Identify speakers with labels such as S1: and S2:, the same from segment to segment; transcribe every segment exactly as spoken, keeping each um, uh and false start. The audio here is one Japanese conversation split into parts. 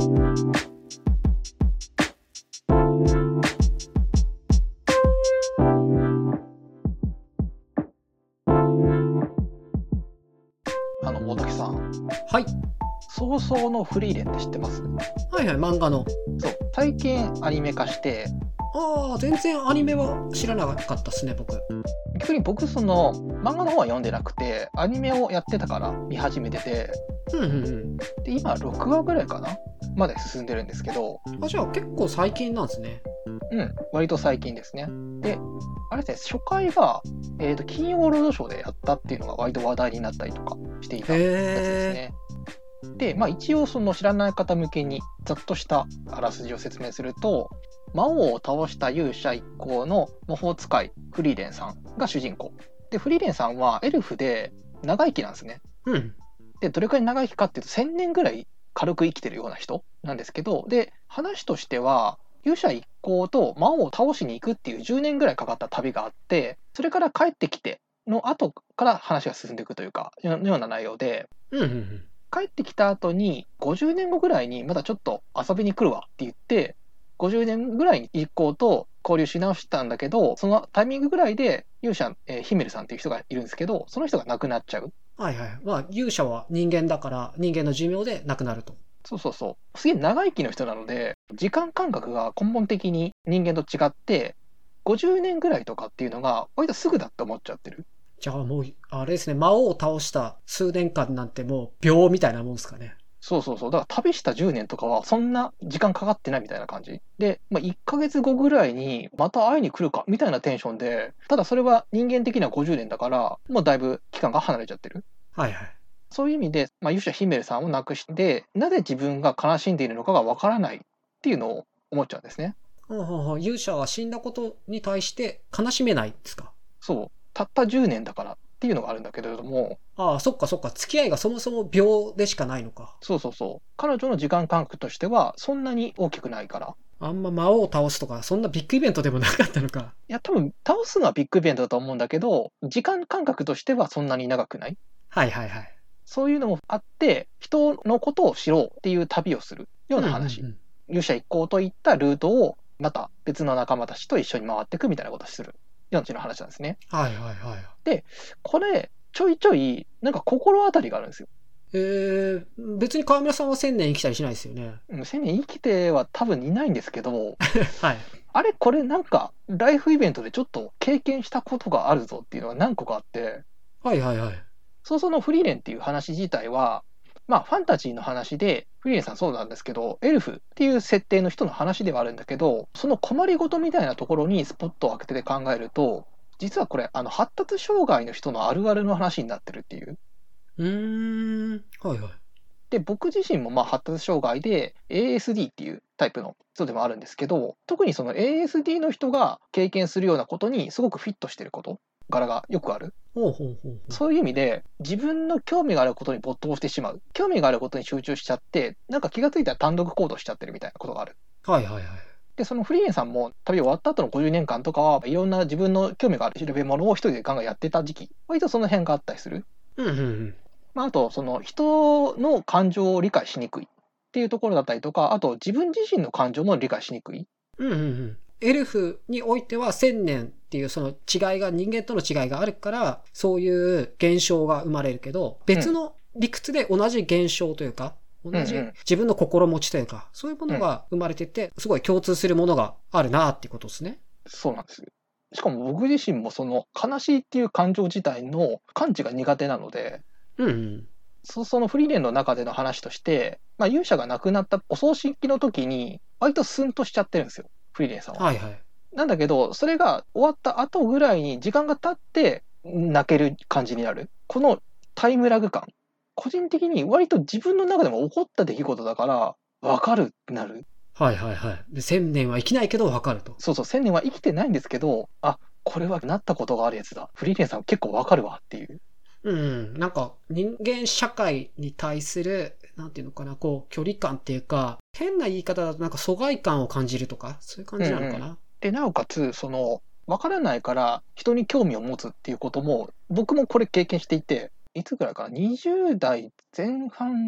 S1: あの大竹さん、
S2: はい。
S1: 早々のフリーレンって知ってます？
S2: はいはい、漫画の。
S1: そう、最近アニメ化して、
S2: ああ、全然アニメは知らなかったっすね、僕。
S1: 逆に僕その漫画の方は読んでなくて、アニメをやってたから見始めてて、
S2: うんうんうん。
S1: で今ろくわぐらいかなまで進んでるんですけど、
S2: あ、じゃあ結構最近なんですね。
S1: うん、割と最近ですね。で、あれですね、初回が、えーと、金曜ロードショーでやったっていうのが割と話題になったりとかしていたやつですね。で、まあ一応その知らない方向けにざっとしたあらすじを説明すると、魔王を倒した勇者一行の魔法使いフリーレンさんが主人公で、フリーレンさんはエルフで長生きなんですね。
S2: うん。
S1: でどれくらい長生きかっていうとせんねんぐらい軽く生きてるような人なんですけど、で話としては勇者一行と魔王を倒しに行くっていうじゅうねんぐらいかかった旅があって、それから帰ってきての後から話が進んでいくというかのような内容で、
S2: うんうんうん。
S1: 帰ってきた後にごじゅうねんごぐらいにまたちょっと遊びに来るわって言って、ごじゅうねんぐらいに一行と交流し直したんだけど、そのタイミングぐらいで勇者、えーヒメルさんっていう人がいるんですけど、その人が亡くなっちゃう。
S2: はいはい。まあ、勇者は人間だから、人間の寿命で亡くなると。
S1: そうそうそう。すげえ長生きの人なので、時間感覚が根本的に人間と違って、ごじゅうねんぐらいとかっていうのが割とすぐだって思っちゃってる。
S2: じゃあもう、あれですね、魔王を倒した数年間なんてもう秒みたいなもんですかね。
S1: そうそうそう。だから旅したじゅうねんとかはそんな時間かかってないみたいな感じ。で、まあ、いっかげつごぐらいにまた会いに来るかみたいなテンションで、ただそれは人間的にはごじゅうねんだから、もうだいぶ期間が離れちゃってる。
S2: はいはい。
S1: そういう意味で、まあ、勇者ヒメルさんを亡くして、なぜ自分が悲しんでいるのかがわからないっていうのを思っちゃうんですね。
S2: はあはあはあ、勇者が死んだことに対して悲しめないんですか？
S1: そう。たったじゅうねんだからっていうのがあるんだけれども、
S2: ああ、そっかそっか。付き合いがそもそも秒でしかないのか。
S1: そうそうそう。彼女の時間感覚としてはそんなに大きくないから。
S2: あんま魔王を倒すとか、そんなビッグイベントでもなかったのか。
S1: いや、多分倒すのはビッグイベントだと思うんだけど、時間感覚としてはそんなに長くない。
S2: はいはいはい。
S1: そういうのもあって、人のことを知ろうっていう旅をするよう
S2: うんうんう
S1: な話。
S2: ん。
S1: 勇者一行といったルートをまた別の仲間たちと一緒に回っていくみたいなことをするような話なんですね。
S2: はいはいはい。
S1: で、これ、ちょいちょい、なんか心当たりがあるんですよ。
S2: えー、別に川村さんは千年生きたりしないですよね。
S1: うんせんねん生きては多分いないんですけど、
S2: はい。
S1: あれこれなんかライフイベントでちょっと経験したことがあるぞっていうのが何個かあって、
S2: はいはいはい。
S1: そうそのフリーレンっていう話自体は、まあファンタジーの話で、フリーレンさんそうなんですけど、エルフっていう設定の人の話ではあるんだけど、その困りごとみたいなところにスポットを当てて考えると、実はこれ、あの発達障害の人のあるあるの話になってるっていう。
S2: うーん。はいはい。
S1: で、僕自身もまあ発達障害で エーエスディー っていうタイプの人でもあるんですけど、特にその エーエスディー の人が経験するようなことにすごくフィットしてること柄がよくある。
S2: ほうほうほうほう。
S1: そういう意味で自分の興味があることに没頭してしまう。興味があることに集中しちゃって、なんか気がついたら単独行動しちゃってるみたいなことがある。
S2: はいはいはい。
S1: で、そのフリーレンさんも旅終わった後のごじゅうねんかんとかはいろんな自分の興味がある調べ物を一人でガンガンやってた時期、割とその辺があったりする。
S2: うんうんうん。
S1: まあ、あと、その人の感情を理解しにくいっていうところだったりとか、あと自分自身の感情も理解しにくい。
S2: うんうんうん。エルフにおいては千年っていうその違いが、人間との違いがあるから、そういう現象が生まれるけど、別の理屈で同じ現象というか、同じ自分の心持ちというか、そういうものが生まれてて、すごい共通するものがあるなっていうことですね。
S1: そうなんですよ。しかも僕自身もその悲しいっていう感情自体の感知が苦手なので、
S2: うんうん。
S1: そそのフリーレンの中での話として、まあ、勇者が亡くなったお葬式の時に割とスンとしちゃってるんですよ、フリーレンさんは。
S2: はいはい。
S1: なんだけど、それが終わった後ぐらいに時間が経って泣ける感じになる。このタイムラグ感。個人的に割と自分の中でも起こった出来事だから、わかるってなる。
S2: はいはいはい。で、千年は生きないけどわかると。
S1: そうそう、千年は生きてないんですけど、あ、これはなったことがあるやつだ。フリーレンさん結構わかるわっていう。
S2: うん、なんか人間社会に対する、なんていうのかな、こう、距離感っていうか、変な言い方だとなんか疎外感を感じるとか、そういう感じなのかな。うんうん、
S1: で、なおかつ、その、わからないから人に興味を持つっていうことも、僕もこれ経験していて、いつぐらいかな、にじゅう代前半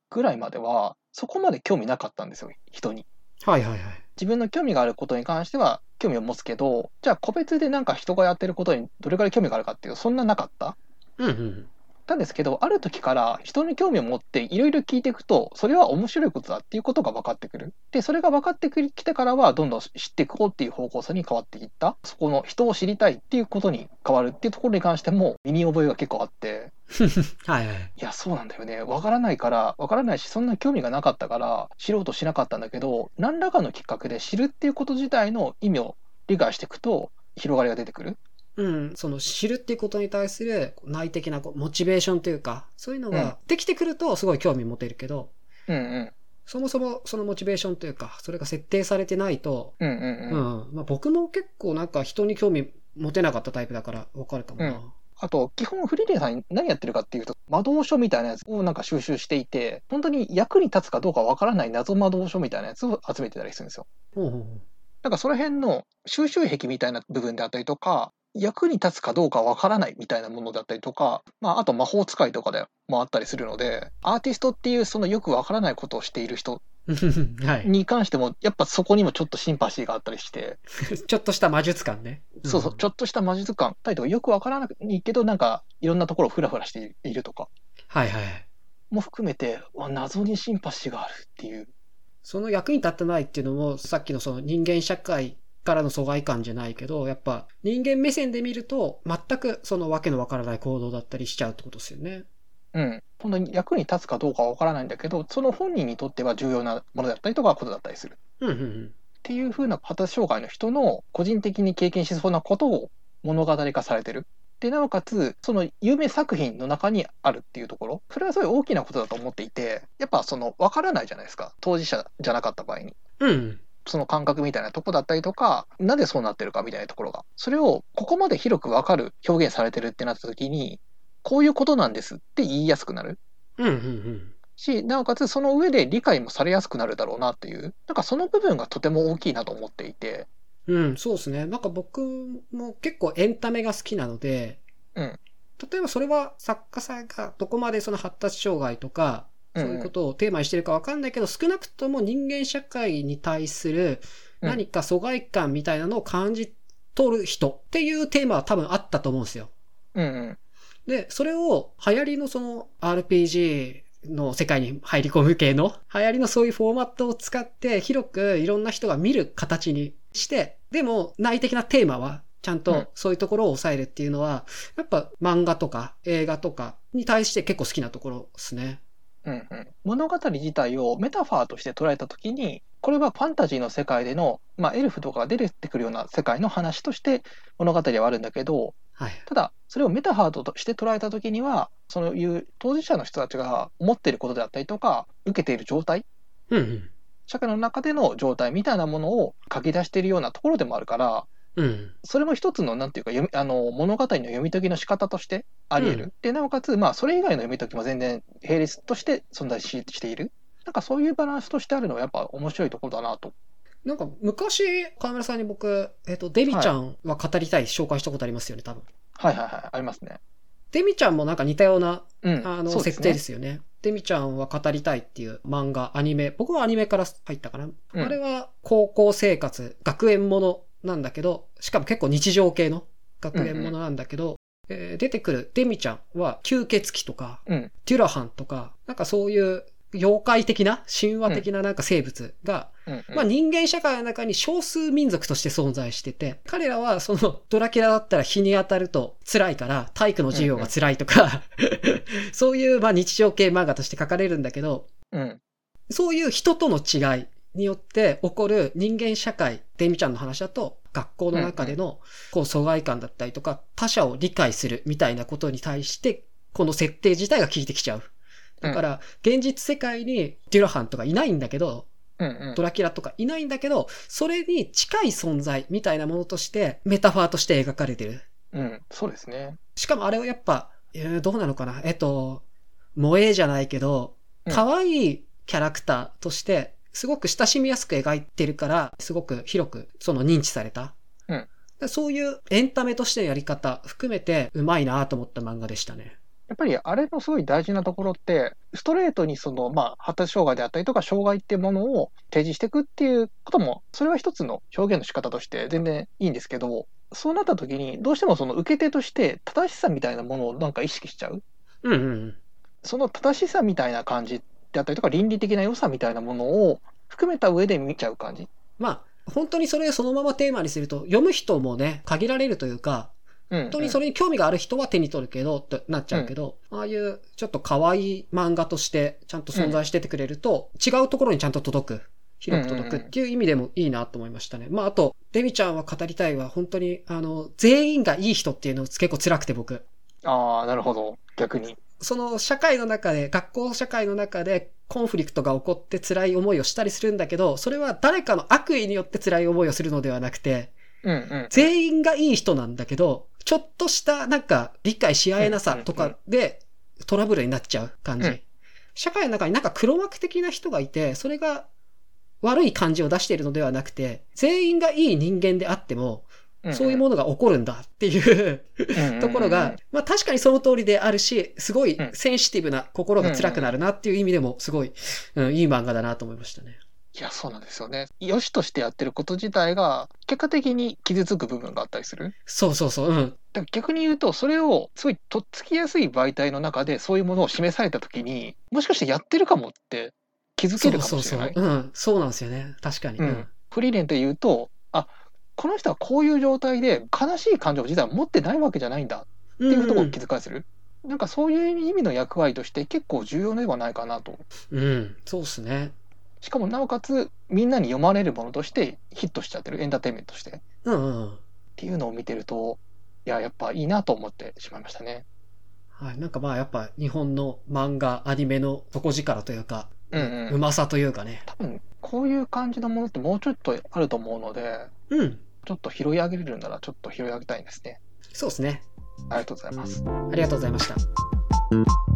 S1: ぐらいまでは、そこまで興味なかったんですよ、人に。
S2: はいはいはい。
S1: 自分の興味があることに関しては興味を持つけど、じゃあ個別でなんか人がやってることにどれくらい興味があるかっていうと、そんななかった。
S2: うんうん。
S1: なんですけど、ある時から人に興味を持っていろいろ聞いていくと、それは面白いことだっていうことが分かってくる。で、それが分かってきてからは、どんどん知っていこうっていう方向性に変わっていった。そこの人を知りたいっていうことに変わるっていうところに関しても、身に覚えが結構あって。
S2: はいはい。
S1: いや、そうなんだよね。分からないから、分からないし、そんな興味がなかったから、知ろうとしなかったんだけど、何らかのきっかけで知るっていうこと自体の意味を理解していくと、広がりが出てくる。
S2: うん、その知るっていうことに対する内的なこうモチベーションというか、そういうのができてくるとすごい興味持てるけど、
S1: うんうん、
S2: そもそもそのモチベーションというか、それが設定されてないと、
S1: うんうんうん
S2: うん、まあ、僕も結構なんか人に興味持てなかったタイプだから分かるかもな。うん、
S1: あと、基本フリーレンさん何やってるかっていうと、魔導書みたいなやつをなんか収集していて、本当に役に立つかどうかわからない謎魔導書みたいなやつを集めてたりするんですよ。
S2: ほうほうほう。
S1: なんかその辺の収集癖みたいな部分であったりとか、役に立つかどうかわからないみたいなものだったりとか、まあ、あと魔法使いとかでもあったりするので、アーティストっていうそのよくわからないことをしている人に関しても、やっぱそこにもちょっとシンパシーがあったりして。
S2: ちょっとした魔術感ね。
S1: うん、そうそう、ちょっとした魔術感。タイトルよくわからないけど、なんかいろんなところをフラフラしているとか。
S2: はいはい。
S1: も含めて、謎にシンパシーがあるっていう。
S2: その役に立ってないっていうのも、さっきのその人間社会からの疎外感じゃないけど、やっぱ人間目線で見ると、全くそのわけのわからない行動だったりしちゃうってことですよね。
S1: うん。本当に役に立つかどうかはわからないんだけど、その本人にとっては重要なものだったりとか、ことだったりする。
S2: うんうんうん。
S1: っていう風な発達障害の人の個人的に経験しそうなことを物語化されてる。で、なおかつ、その有名作品の中にあるっていうところ、それはすごい大きなことだと思っていて、やっぱその分からないじゃないですか。当事者じゃなかった場合に。
S2: うん。
S1: その感覚みたいなとこだったりとか、なぜそうなってるかみたいなところが。それをここまで広く分かる表現されてるってなった時に、こういうことなんですって言いやすくなる。
S2: うんうんうん。
S1: し、なおかつその上で理解もされやすくなるだろうなっていう、なんかその部分がとても大きいなと思っていて。
S2: うん、そうですね。なんか僕も結構エンタメが好きなので、
S1: うん。
S2: 例えばそれは作家さんがどこまでその発達障害とか、そういうことをテーマにしてるかわかんないけど、少なくとも人間社会に対する何か疎外感みたいなのを感じ取る人っていうテーマは多分あったと思うんですよ。
S1: うんうん。
S2: で、それを流行りのその アールピージー の世界に入り込む系の流行りのそういうフォーマットを使って広くいろんな人が見る形にして、でも内的なテーマはちゃんとそういうところを抑えるっていうのは、やっぱ漫画とか映画とかに対して結構好きなところですね。
S1: うんうん、物語自体をメタファーとして捉えたときに、これはファンタジーの世界での、まあ、エルフとかが出てくるような世界の話として物語はあるんだけど、
S2: はい、
S1: ただそれをメタファーとして捉えたときには、そういう当事者の人たちが思っていることであったりとか受けている状態、
S2: うんうん、
S1: 社会の中での状態みたいなものを書き出しているようなところでもあるから、
S2: うん、
S1: それも一つのなんていうか読みあの物語の読み解きの仕方としてあり得る、うん、でなおかつ、まあ、それ以外の読み解きも全然並列として存在 し, している。なんかそういうバランスとしてあるのはやっぱ面白いところだなと。
S2: なんか昔川村さんに僕、えーと、デミちゃんは語りたい、はい、紹介したことありますよね多分。
S1: はいはいはいありますね。
S2: デミちゃんもなんか似たような、
S1: うん、
S2: あの設定ですよね。デミちゃんは語りたいっていう漫画アニメ、僕はアニメから入ったかな、うん、あれは高校生活学園ものなんだけど、しかも結構日常系の学園ものなんだけど、うんうんえー、出てくるデミちゃんは吸血鬼とか、うん、デュラハンとか、なんかそういう妖怪的な神話的ななんか生物が、うんうんまあ、人間社会の中に少数民族として存在してて、彼らはそのドラキュラだったら日に当たると辛いから体育の授業が辛いとか、うんうん、そういうまあ日常系漫画として書かれるんだけど、うん、そういう人との違いによって起こる人間社会、デミちゃんの話だと学校の中でのこう疎外感だったりとか他者を理解するみたいなことに対してこの設定自体が効いてきちゃう。だから現実世界にデュラハンとかいないんだけど、うんうん、ドラキュラとかいないんだけど、それに近い存在みたいなものとしてメタファーとして描かれてる。
S1: うん、そうですね。
S2: しかもあれはやっぱ、えー、どうなのかな、えっと萌えじゃないけど可愛いキャラクターとしてすごく親しみやすく描いてるから、すごく広くその認知された。うん、そういうエンタメとしてのやり方含めてうまいなと思った漫画でしたね。
S1: やっぱりあれのすごい大事なところって、ストレートにその、まあ、発達障害であったりとか、障害っていうものを提示していくっていうことも、それは一つの表現の仕方として全然いいんですけど、そうなった時に、どうしてもその受け手として正しさみたいなものをなんか意識しちゃう。
S2: うんうんうん。
S1: その正しさみたいな感じであったりとか、倫理的な良さみたいなものを含めた上で見ちゃう感じ。
S2: まあ、本当にそれそのままテーマにすると、読む人もね、限られるというか、本当にそれに興味がある人は手に取るけど、ってなっちゃうけど、うん、ああいうちょっと可愛い漫画としてちゃんと存在しててくれると、うん、違うところにちゃんと届く。広く届くっていう意味でもいいなと思いましたね。まああと、デミちゃんは語りたいは本当に、あの、全員がいい人っていうの結構辛くて僕。
S1: ああ、なるほど。逆に。
S2: その社会の中で、学校社会の中でコンフリクトが起こって辛い思いをしたりするんだけど、それは誰かの悪意によって辛い思いをするのではなくて、
S1: うんうん、
S2: 全員がいい人なんだけど、ちょっとしたなんか理解し合えなさとかでトラブルになっちゃう感じ。うん、社会の中になんか黒幕的な人がいて、それが悪い感じを出しているのではなくて、全員がいい人間であっても、そういうものが起こるんだっていうところが、まあ確かにその通りであるし、すごいセンシティブな心が辛くなるなっていう意味でもすごい、うん、いい漫画だなと思いましたね。
S1: いや、そうなんですよね。良しとしてやってること自体が、結果的に傷つく部分があったりする。
S2: そうそうそう。うん。だか
S1: ら逆に言うと、それを、すごいとっつきやすい媒体の中で、そういうものを示されたときに、もしかしてやってるかもって気づけるかもしれない。
S2: そうそうそう。うん。そうなんですよね。確かに。
S1: うん。フリーレンで言うと、あ、この人はこういう状態で悲しい感情を実は持ってないわけじゃないんだっていうところを気づかせる。うん、なんかそういう意味の役割として結構重要ではないかなと。
S2: うん。そうですね。
S1: しかもなおかつみんなに読まれるものとしてヒットしちゃってるエンターテインメントとして、
S2: うんうん、
S1: っていうのを見てると、いややっぱいいなと思ってしまいましたね。
S2: はい、なんかまあやっぱ日本の漫画アニメの底力というか、うんうん、うまさというかね。
S1: 多分こういう感じのものってもうちょっとあると思うので、
S2: うん、
S1: ちょっと拾い上げれるならちょっと拾い上げたいんですね。
S2: そうですね。
S1: ありがとうございます。
S2: ありがとうございました。